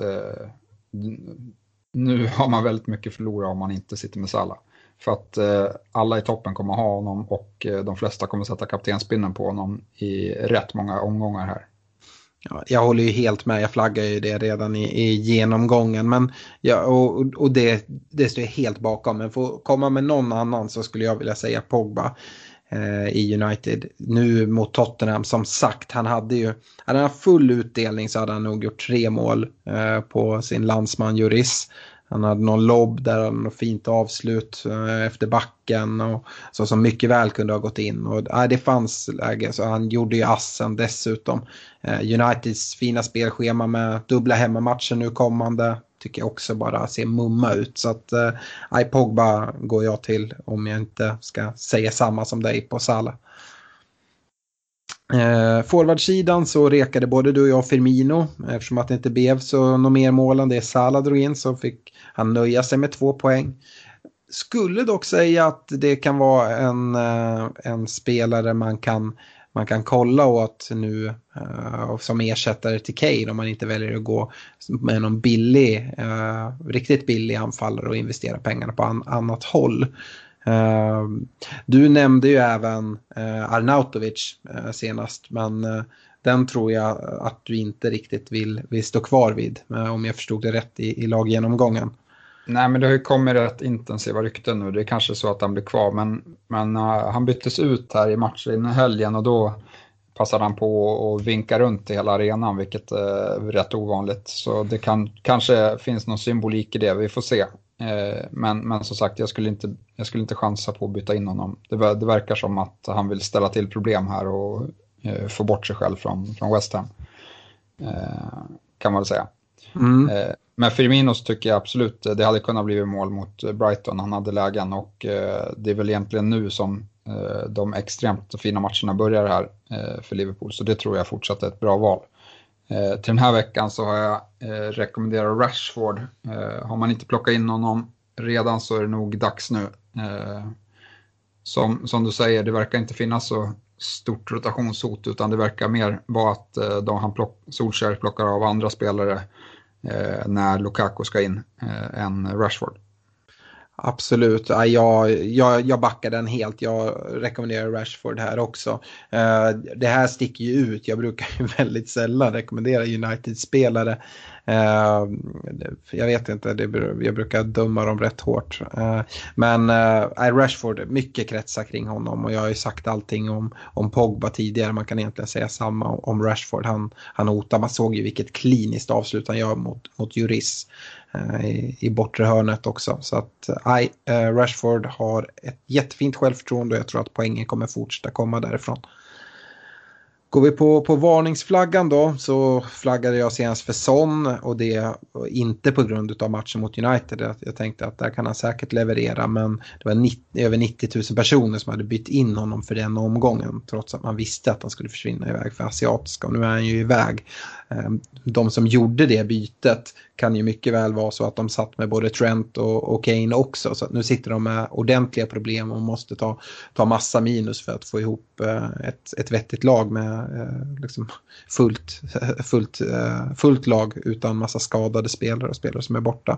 nu har man väldigt mycket förlora om man inte sitter med Salah. För att alla i toppen kommer ha honom, och de flesta kommer sätta kaptenspinnen på honom i rätt många omgångar här. Ja, jag håller ju helt med, jag flaggar ju det redan i genomgången, men och det står jag helt bakom. Men för att komma med någon annan så skulle jag vilja säga Pogba i United. Nu mot Tottenham, som sagt, hade han full utdelning så hade han nog gjort 3 mål på sin landsman Lloris. Han hade någon lobb där, han något fint avslut efter backen och så, som mycket väl kunde ha gått in. Och det fanns läge, så han gjorde ju assen dessutom. Uniteds fina spelschema med dubbla hemmamatcher nu kommande tycker jag också bara ser mumma ut. Så att Pogba går jag till, om jag inte ska säga samma som dig på Salah. Forwardsidan så rekade både du och jag Firmino eftersom att det inte blev så något mer mål än det Salah drog in, så fick han nöja sig med 2 poäng. Skulle dock säga att det kan vara en spelare man kan kolla åt nu som ersättare till Kane om man inte väljer att gå med någon riktigt billig anfallare och investera pengarna på annat håll. Du nämnde ju även Arnautovic senast, men den tror jag att du inte riktigt vill stå kvar vid, om jag förstod det rätt i laggenomgången. Nej, men det har ju kommit rätt intensiva rykten nu. Det är kanske så att han blir kvar, men han byttes ut här i matchen i helgen och då passade han på att vinka runt i hela arenan, vilket är rätt ovanligt. Så det kanske finns någon symbolik i det, vi får se. Men som sagt, jag skulle inte chansa på att byta in honom. Det verkar som att han vill ställa till problem här och få bort sig själv från West Ham. Kan man väl säga. Men Firmino tycker jag absolut det hade kunnat bli mål mot Brighton. Han hade lägen och det är väl egentligen nu som de extremt fina matcherna börjar här för Liverpool. Så det tror jag fortsatt är ett bra val. Till den här veckan så har jag rekommenderat Rashford. Har man inte plockat in honom redan så är det nog dags nu. Som du säger, det verkar inte finnas så stort rotationshot, utan det verkar mer vara att Solskjaer plockar av andra spelare när Lukaku ska in än Rashford. Absolut, jag backar den helt. Jag rekommenderar Rashford här också. Det här sticker ju ut. Jag brukar ju väldigt sällan rekommendera United-spelare. Jag vet inte, jag brukar döma dem rätt hårt. Men Rashford, mycket kretsar kring honom, och jag har ju sagt allting om Pogba tidigare. Man kan egentligen säga samma om Rashford. Han hotar, man såg ju vilket kliniskt avslut han gör mot Juris i bortre hörnet också. Så att Rashford har ett jättefint självförtroende och jag tror att poängen kommer fortsätta komma därifrån. Går vi på varningsflaggan då, så flaggade jag senast för Son, och det inte på grund av matchen mot United. Jag tänkte att där kan han säkert leverera, men det var över 90 000 personer som hade bytt in honom för den omgången, trots att man visste att han skulle försvinna iväg för asiatiska, och nu är han ju iväg. De som gjorde det bytet kan ju mycket väl vara så att de satt med både Trent och Kane också, så att nu sitter de med ordentliga problem och måste ta massa minus för att få ihop ett vettigt lag med liksom fullt lag utan massa skadade spelare och spelare som är borta.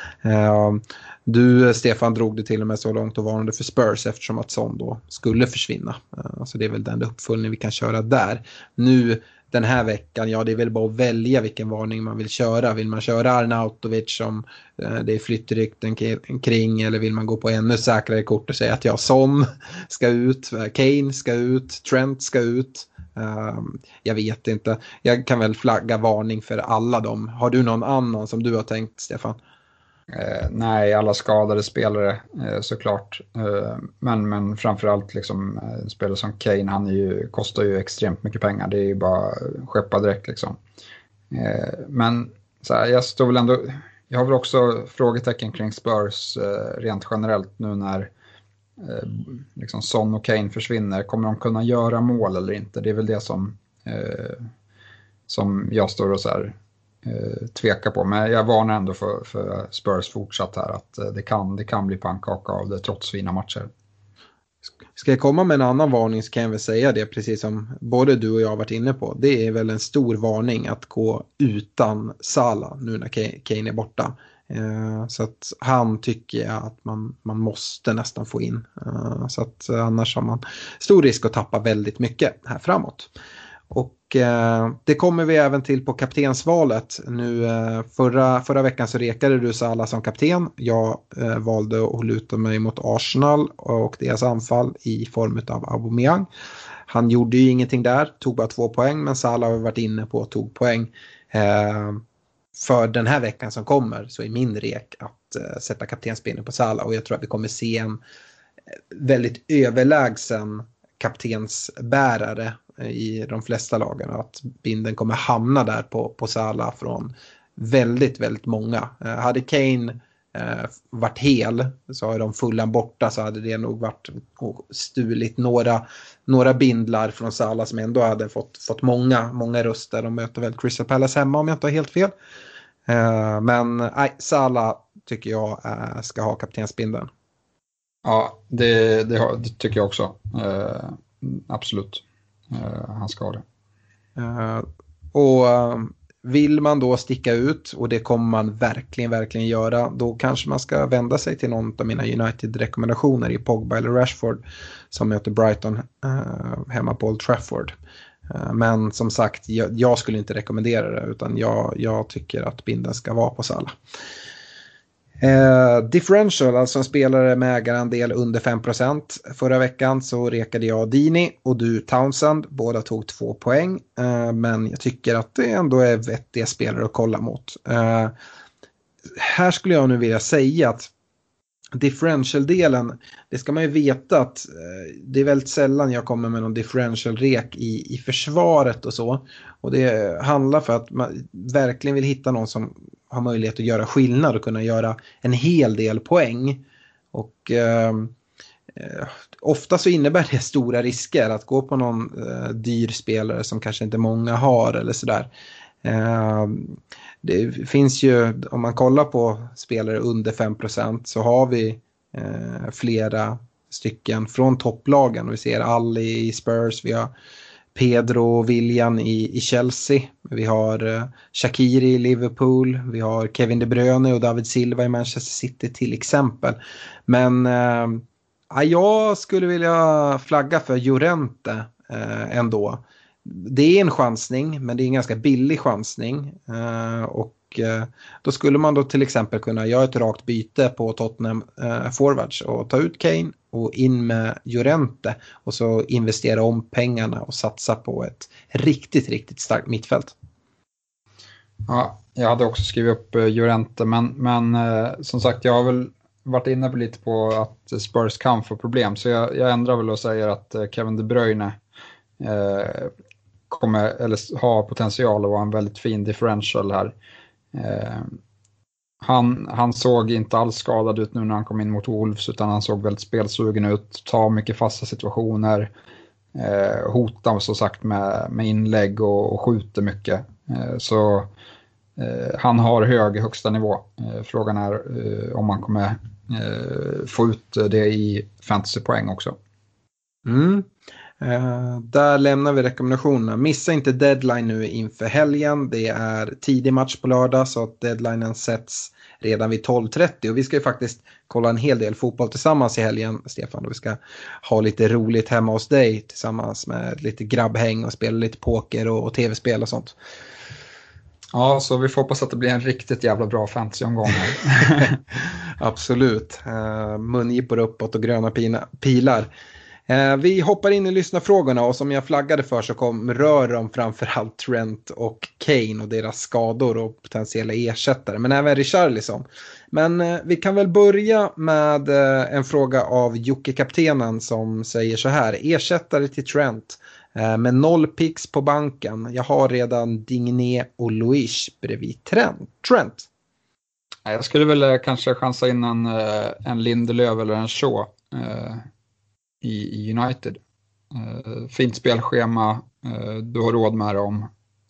Du, Stefan, drog det till och med så långt och varnade för Spurs eftersom att Son då skulle försvinna. Så det är väl den uppföljning vi kan köra där. Nu den här veckan, det är väl bara att välja vilken varning man vill köra. Vill man köra Arnautovic som det är flyttrykten kring, eller vill man gå på ännu säkrare kort och säga att Son ska ut, Kane ska ut, Trent ska ut. Jag vet inte. Jag kan väl flagga varning för alla dem. Har du någon annan som du har tänkt, Stefan? Nej, alla skadade spelare såklart. Men framförallt liksom, spelare som Kane, kostar ju extremt mycket pengar. Det är ju bara skeppa direkt liksom. Men så här, jag har väl också frågetecken kring Spurs rent generellt nu när liksom Son och Kane försvinner. Kommer de kunna göra mål eller inte? Det är väl det som jag står och så här tveka på, men jag varnar ändå för Spurs fortsatt här att det kan bli pannkaka av det trots fina matcher. Ska jag komma med en annan varning så kan jag väl säga det, precis som både du och jag har varit inne på. Det är väl en stor varning att gå utan Salah nu när Kane är borta. Så att han tycker jag att man måste nästan få in. Så att annars har man stor risk att tappa väldigt mycket här framåt. Och det kommer vi även till på kaptensvalet. Nu förra veckan så rekade du Salah som kapten. Jag valde att luta mig mot Arsenal och deras anfall i form av Aubameyang. Han gjorde ju ingenting där, tog bara 2 poäng, men Salah har varit inne på och tog poäng. För den här veckan som kommer så är min rek att sätta kaptensbindeln på Salah, och jag tror att vi kommer se en väldigt överlägsen kaptensbärare i de flesta lagen, att binden kommer hamna där på Salah från väldigt, väldigt många. Hade Kane varit hel, så har de Fulham borta, så hade det nog varit och stulit några bindlar från Salah som ändå hade fått många röster. De möter väl Crystal Palace hemma om jag inte har helt fel. Men Salah tycker jag ska ha kaptensbindeln. Ja, det tycker jag också. Absolut. Han ska ha det. Och vill man då sticka ut, och det kommer man verkligen göra, då kanske man ska vända sig till någon av mina United-rekommendationer i Pogba eller Rashford som möter Brighton hemma på Old Trafford. Men som sagt, jag skulle inte rekommendera det, utan jag tycker att binden ska vara på Salah. Differential, alltså en spelare med ägarandel under 5%. Förra veckan så rekade jag Dini och du Townsend. Båda tog 2 poäng. Men jag tycker att det ändå är vettiga spelare att kolla mot. Här skulle jag nu vilja säga att differential-delen, det ska man ju veta att det är väldigt sällan jag kommer med någon differential-rek i försvaret och så. Och det handlar för att man verkligen vill hitta någon som har möjlighet att göra skillnad och kunna göra en hel del poäng. Och ofta så innebär det stora risker att gå på någon dyr spelare som kanske inte många har eller sådär. Det finns ju, om man kollar på spelare under 5%, så har vi flera stycken från topplagen. Vi ser Ali i Spurs, vi har Pedro och Willian i Chelsea, vi har Shaqiri i Liverpool, vi har Kevin De Bruyne och David Silva i Manchester City till exempel. Men jag skulle vilja flagga för Llorente ändå. Det är en chansning, men det är en ganska billig chansning. Och då skulle man då till exempel kunna göra ett rakt byte på Tottenham forwards och ta ut Kane och in med Llorente och så investera om pengarna och satsa på ett riktigt starkt mittfält. Ja, jag hade också skrivit upp Llorente, men som sagt, jag har väl varit inne på lite på att Spurs kan få problem, så jag ändrar väl och säger att Kevin De Bruyne kommer eller har potential att vara en väldigt fin differential här. Han såg inte alls skadad ut nu när han kom in mot Wolves, utan han såg väldigt spelsugen ut, tar mycket fasta situationer, hotar som sagt med inlägg och skjuter mycket. Så han har hög högsta nivå. Frågan är om man kommer få ut det i fantasypoäng också. Där lämnar vi rekommendationerna. Missa inte deadline nu inför helgen. Det är tidig match på lördag, så att deadlinen sätts redan vid 12:30. Och vi ska ju faktiskt kolla en hel del fotboll tillsammans i helgen, Stefan. Och vi ska ha lite roligt hemma hos dig tillsammans med lite grabbhäng och spela lite poker och tv-spel och sånt. Ja, så vi får hoppas att det blir en riktigt jävla bra fantasyomgång här. Absolut. Mungipor uppåt och gröna pilar. Vi hoppar in i lyssnarfrågorna, och som jag flaggade för så rör de framförallt Trent och Kane och deras skador och potentiella ersättare, men även Richarlison. Men vi kan väl börja med en fråga av Jocke Kaptenen som säger så här: ersättare till Trent med 0 picks på banken. Jag har redan Digne och Luiz bredvid Trent. Jag skulle väl kanske chansa in en Lindelöf eller en Shaw i United. Fint spelschema, du har råd med dem.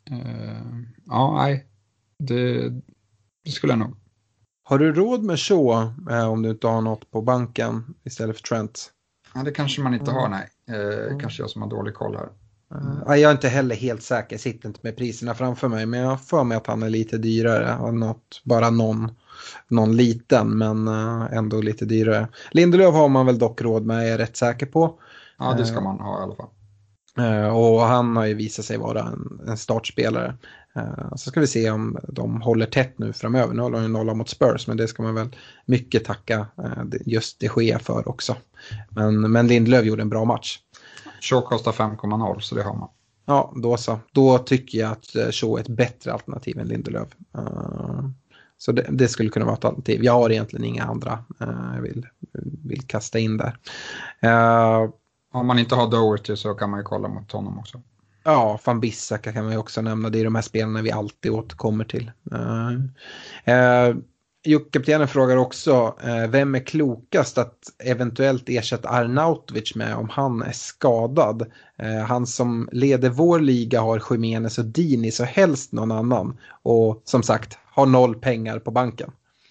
Det skulle jag nog. Har du råd med Shaw om du inte har något på banken istället för Trent? Ja, det kanske man inte har, nej. Kanske jag som har dålig koll här. Jag är inte heller helt säker, jag sitter inte med priserna framför mig, men jag får mig att han är lite dyrare. Bara någon liten, men ändå lite dyrare. Lindelöf har man väl dock råd med, är jag rätt säker på. Ja, det ska man ha i alla fall. Och han har ju visat sig vara en startspelare. Så ska vi se om de håller tätt nu framöver. Nu håller de 0 mot Spurs, men det ska man väl mycket tacka just det sker för också. Men Lindelöf gjorde en bra match. Shaw kostar 5,0, så det har man. Ja, då så. Då tycker jag att Shaw är ett bättre alternativ än Lindelöf. Så det skulle kunna vara ett alternativ. Jag har egentligen inga andra jag vill kasta in där. Om man inte har Doherty så kan man ju kolla mot honom också. Ja, Van Bissaka kan man ju också nämna. Det är de här spelarna vi alltid återkommer till. Kaptenen frågar också, vem är klokast att eventuellt ersätta Arnautovic med om han är skadad? Han som leder vår liga har Jimenez och Diniz och helst någon annan. Och som sagt, har 0 pengar på banken.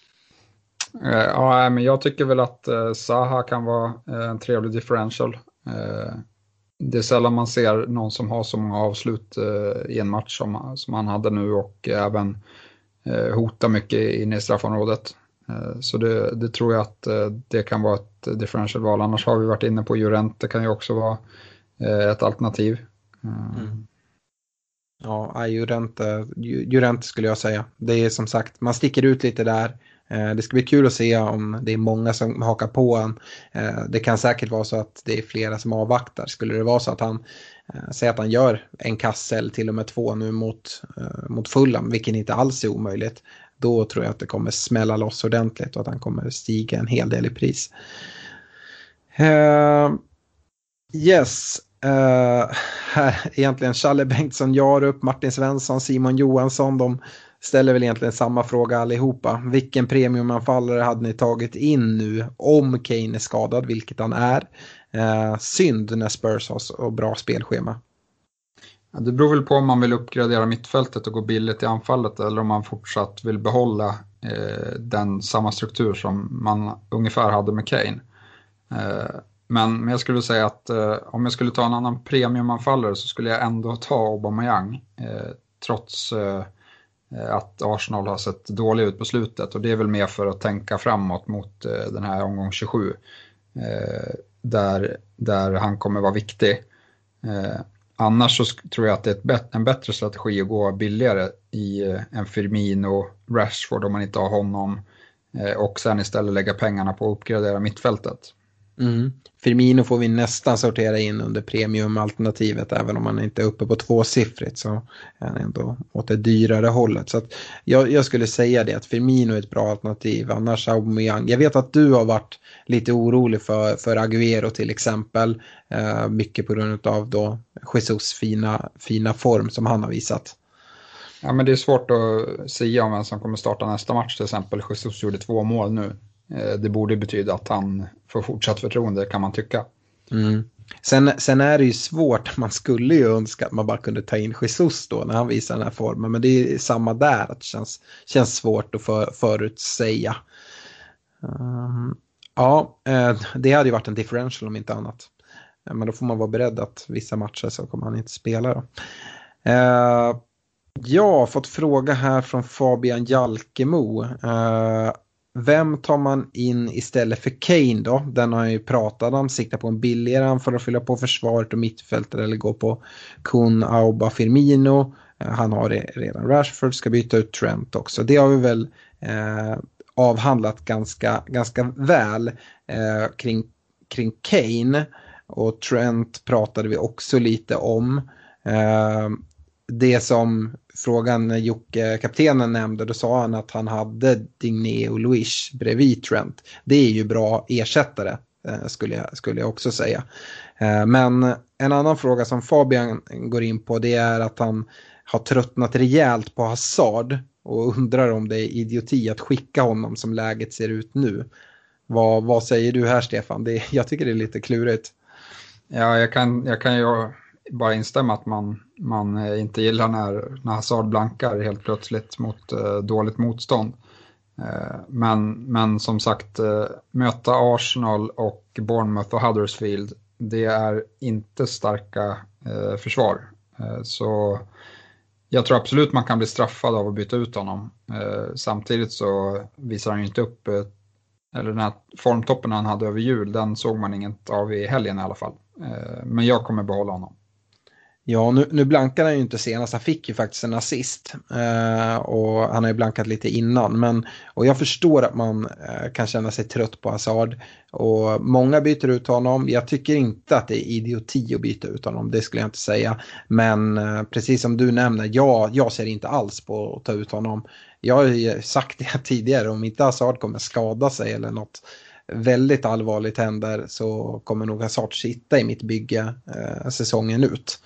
Ja, men jag tycker väl att Zaha kan vara en trevlig differential. Det är sällan man ser någon som har så många avslut i en match som han hade nu, och även hotar mycket in i straffområdet. Så det tror jag att det kan vara ett differential-val. Annars har vi varit inne på Llorente, kan ju också vara ett alternativ. Ja, Llorente skulle jag säga. Det är som sagt, man sticker ut lite där. Det ska bli kul att se om det är många som hakar på en. Det kan säkert vara så att det är flera som avvaktar. Skulle det vara så att han säger att han gör en kasse eller till och med 2 nu mot Fulham, vilket inte alls är omöjligt, då tror jag att det kommer smälla loss ordentligt och att han kommer stiga en hel del i pris. Yes. Här egentligen Challe Bengtsson, Jarup, Martin Svensson, Simon Johansson, de ställer väl egentligen samma fråga allihopa. Vilken premiumanfallare hade ni tagit in nu om Kane är skadad, vilket han är? Synd när Spurs har så bra spelschema. Ja, det beror väl på om man vill uppgradera mittfältet och gå billigt i anfallet, eller om man fortsatt vill behålla samma struktur som man ungefär hade med Kane. Men jag skulle säga att om jag skulle ta en annan premiumanfallare så skulle jag ändå ta Aubameyang, trots att Arsenal har sett dålig ut på slutet, och det är väl mer för att tänka framåt mot den här omgång 27 där han kommer vara viktig. Annars så tror jag att det är en bättre strategi att gå billigare i en Firmino, Rashford om man inte har honom, och sen istället lägga pengarna på att uppgradera mittfältet. Firmino får vi nästan sortera in under premiumalternativet, även om man inte är uppe på 2-siffrigt så är han ändå åt det dyrare hållet. Så att jag skulle säga det, att Firmino är ett bra alternativ. Annars Aubameyang. Jag vet att du har varit lite orolig för Agüero till exempel, mycket på grund av då Jesus fina form som han har visat. Ja, men det är svårt att säga om vem som kommer starta nästa match till exempel. Jesus gjorde 2 mål nu. Det borde betyda att han får fortsatt förtroende, kan man tycka. Sen är det ju svårt, man skulle ju önska att man bara kunde ta in Jesus då när han visar den här formen, men det är samma där, att det känns svårt att förutsäga. Det hade ju varit en differential om inte annat, men då får man vara beredd att vissa matcher så kommer han inte spela då. Jag har fått fråga här från Fabian Jalkemo. Vem tar man in istället för Kane då? Den har ju pratat om, sikta på en billigare för att fylla på försvaret och mittfältet, eller gå på Kun, Auba, Firmino. Han har redan Rashford, ska byta ut Trent också. Det har vi väl avhandlat ganska väl kring Kane, och Trent pratade vi också lite om. Det som frågan Jocke, kaptenen, nämnde, då sa han att han hade Digne och Luiz bredvid Trent. Det är ju bra ersättare, skulle jag också säga. Men en annan fråga som Fabian går in på, det är att han har tröttnat rejält på Hazard och undrar om det är idioti att skicka honom som läget ser ut nu. Vad säger du här, Stefan? Jag tycker det är lite klurigt. Ja, jag kan ju bara instämma att man inte gillar när Hazard blankar helt plötsligt mot dåligt motstånd. Men som sagt, möta Arsenal och Bournemouth och Huddersfield, det är inte starka försvar. Så jag tror absolut man kan bli straffad av att byta ut honom. Samtidigt så visar han ju inte upp, eller den här formtoppen han hade över jul, den såg man inget av i helgen i alla fall. Men jag kommer behålla honom. Ja, nu blankar han ju inte senast. Han fick ju faktiskt en assist. Och han har ju blankat lite innan. Och jag förstår att man kan känna sig trött på Hazard. Och många byter ut honom. Jag tycker inte att det är idioti att byta ut honom. Det skulle jag inte säga. Men precis som du nämner, jag ser inte alls på att ta ut honom. Jag har ju sagt det tidigare. Om inte Hazard kommer skada sig eller något väldigt allvarligt händer, så kommer nog Hazard sitta i mitt bygge säsongen ut.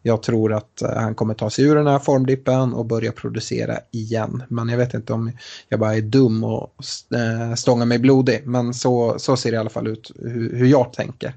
Jag tror att han kommer ta sig ur den här formdippen och börja producera igen. Men jag vet inte om jag bara är dum och stångar mig blodig. Men så ser det i alla fall ut hur jag tänker.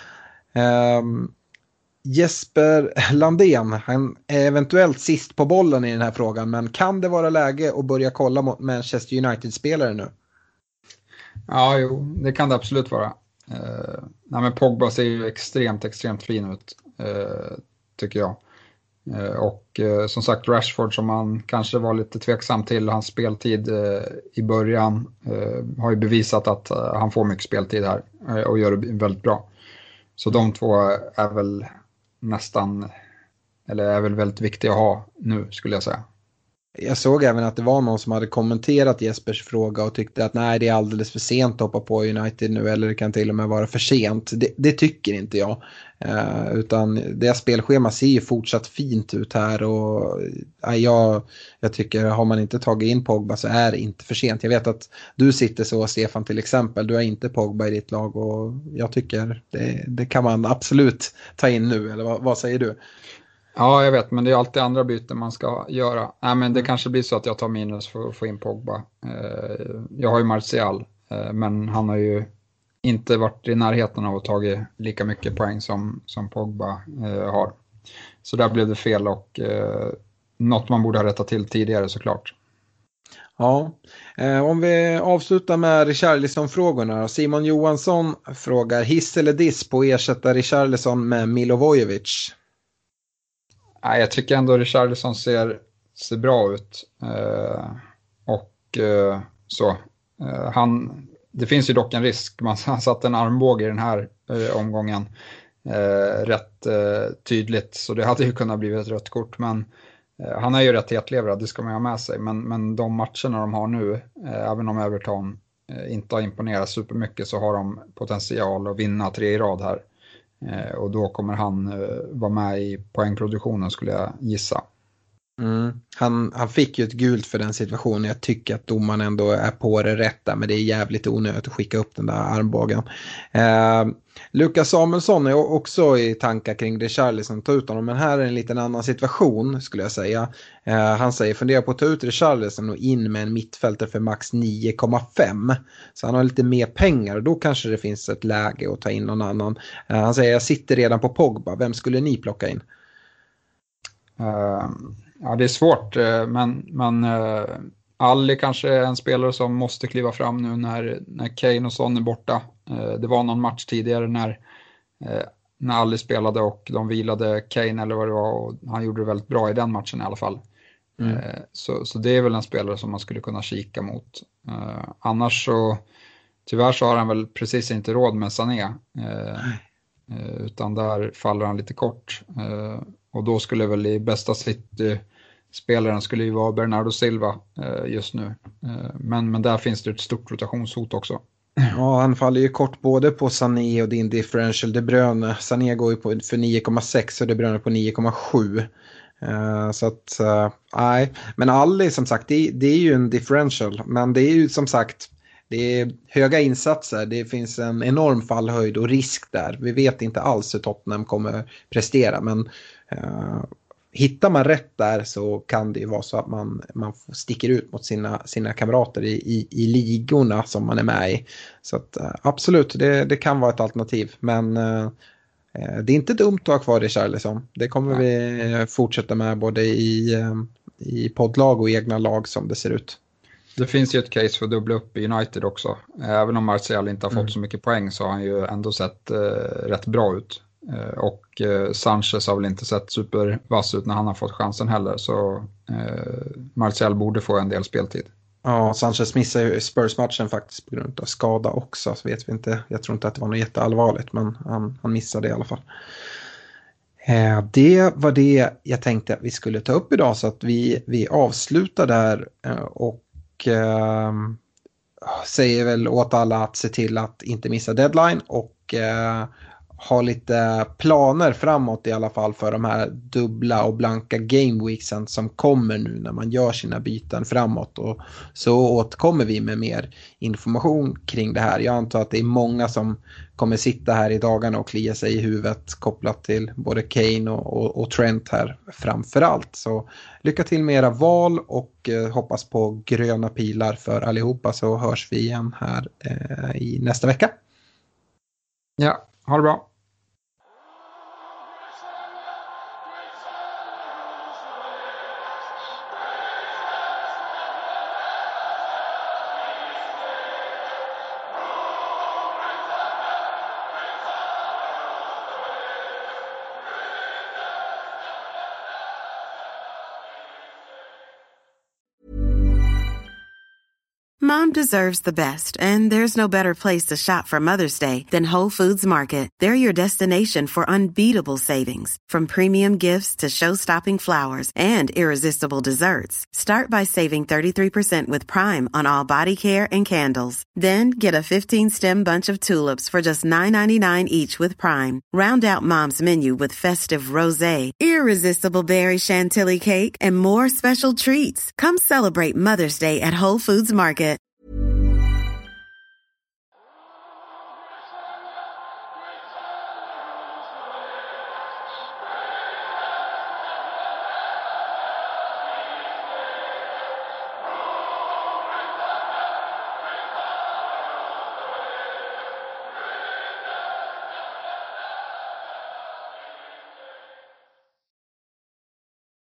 Jesper Landén, han är eventuellt sist på bollen i den här frågan, men kan det vara läge att börja kolla mot Manchester United-spelare nu? Ja, jo, det kan det absolut vara. Men Pogba ser ju extremt fin ut, tycker jag. Och som sagt, Rashford, som man kanske var lite tveksam till hans speltid i början, har ju bevisat att han får mycket speltid här och gör det väldigt bra. Så de två är väl väldigt viktiga att ha nu, skulle jag säga. Jag såg även att det var någon som hade kommenterat Jespers fråga och tyckte att nej, det är alldeles för sent att hoppa på United nu, eller det kan till och med vara för sent. Det tycker inte jag. Utan det spelschema ser ju fortsatt fint ut här, och jag tycker, har man inte tagit in Pogba så är det inte för sent. Jag vet att du sitter så, Stefan, till exempel. Du har inte Pogba i ditt lag, och jag tycker det kan man absolut ta in nu, eller vad säger du? Ja, jag vet, men det är alltid andra byten man ska göra. Men det kanske blir så att jag tar minus för att få in Pogba. Jag har ju Martial, men han har ju inte varit i närheten av att ta lika mycket poäng som Pogba har. Så där blev det fel, och något man borde ha rättat till tidigare, såklart. Ja, om vi avslutar med Richarlison-frågorna. Simon Johansson frågar: hiss eller diss på att ersätta Richarlison med Milivojevic? Jag tycker ändå Richarlison ser bra ut. Det finns ju dock en risk. Han satt en armbåge i den här omgången rätt tydligt. Så det hade ju kunnat bli ett rött kort. Men han är ju rätt hetlevrad, det ska man ha med sig. Men de matcherna de har nu, även om Everton inte har imponerat supermycket, så har de potential att vinna 3 i rad här. Och då kommer han vara med i poängproduktionen, skulle jag gissa. Han fick ju ett gult för den situationen. Jag tycker att domaren ändå är på det rätta, men det är jävligt onödigt att skicka upp den där armbågen. Lukas Samuelsson är också i tankar kring Richarlison, ta ut honom, men här är en liten annan situation, skulle jag säga. Han säger: fundera på att ta ut Richarlison och in med en mittfältare för max 9,5. Så han har lite mer pengar, och då kanske det finns ett läge att ta in någon annan. Han säger: jag sitter redan på Pogba, vem skulle ni plocka in? Ja, det är svårt, men Alli kanske är en spelare som måste kliva fram nu när Kane och Son är borta. Det var någon match tidigare när Alli spelade och de vilade Kane eller vad det var, och han gjorde det väldigt bra i den matchen i alla fall. Så det är väl en spelare som man skulle kunna kika mot. Annars så tyvärr så har han väl precis inte råd med Sané, utan där faller han lite kort. Och då skulle väl i bästa City-spelaren skulle ju vara Bernardo Silva just nu. Men där finns det ett stort rotationshot också. Ja, han faller ju kort både på Sané och din differential De Bruyne. Sané går ju för 9,6 och De Bruyne på 9,7. Så att, nej. Men Alli, som sagt, det är ju en differential. Men det är ju som sagt, det är höga insatser. Det finns en enorm fallhöjd och risk där. Vi vet inte alls hur Tottenham kommer prestera, men hittar man rätt där så kan det ju vara så att man sticker ut mot sina kamrater i ligorna som man är med i. Så att, absolut, det kan vara ett alternativ. Men det är inte dumt att ha kvar i Richarlison. Det kommer vi fortsätta med både i poddlag och egna lag som det ser ut. Det finns ju ett case för att dubbla upp i United också. Även om Martial inte har fått så mycket poäng så har han ju ändå sett rätt bra ut. Och Sanchez har väl inte sett supervass ut när han har fått chansen heller. Så Martial borde få en del speltid. Ja, Sanchez missar ju Spurs-matchen faktiskt på grund av skada också. Så vet vi inte. Jag tror inte att det var något jätteallvarligt, men han missade det i alla fall. Det var det jag tänkte att vi skulle ta upp idag, så att vi avslutar där och säger väl åt alla att se till att inte missa deadline, och ha lite planer framåt i alla fall för de här dubbla och blanka gameweeksen som kommer nu när man gör sina byten framåt, och så återkommer vi med mer information kring det här. Jag antar att det är många som kommer sitta här i dagarna och klia sig i huvudet kopplat till både Kane och Trent här framförallt. Så lycka till med era val och hoppas på gröna pilar för allihopa, så hörs vi igen här i nästa vecka. Ja, ha det bra. Mom deserves the best, and there's no better place to shop for Mother's Day than Whole Foods Market. They're your destination for unbeatable savings, from premium gifts to show-stopping flowers and irresistible desserts. Start by saving 33% with Prime on all body care and candles. Then get a 15-stem bunch of tulips for just $9.99 each with Prime. Round out Mom's menu with festive rosé, irresistible berry chantilly cake, and more special treats. Come celebrate Mother's Day at Whole Foods Market.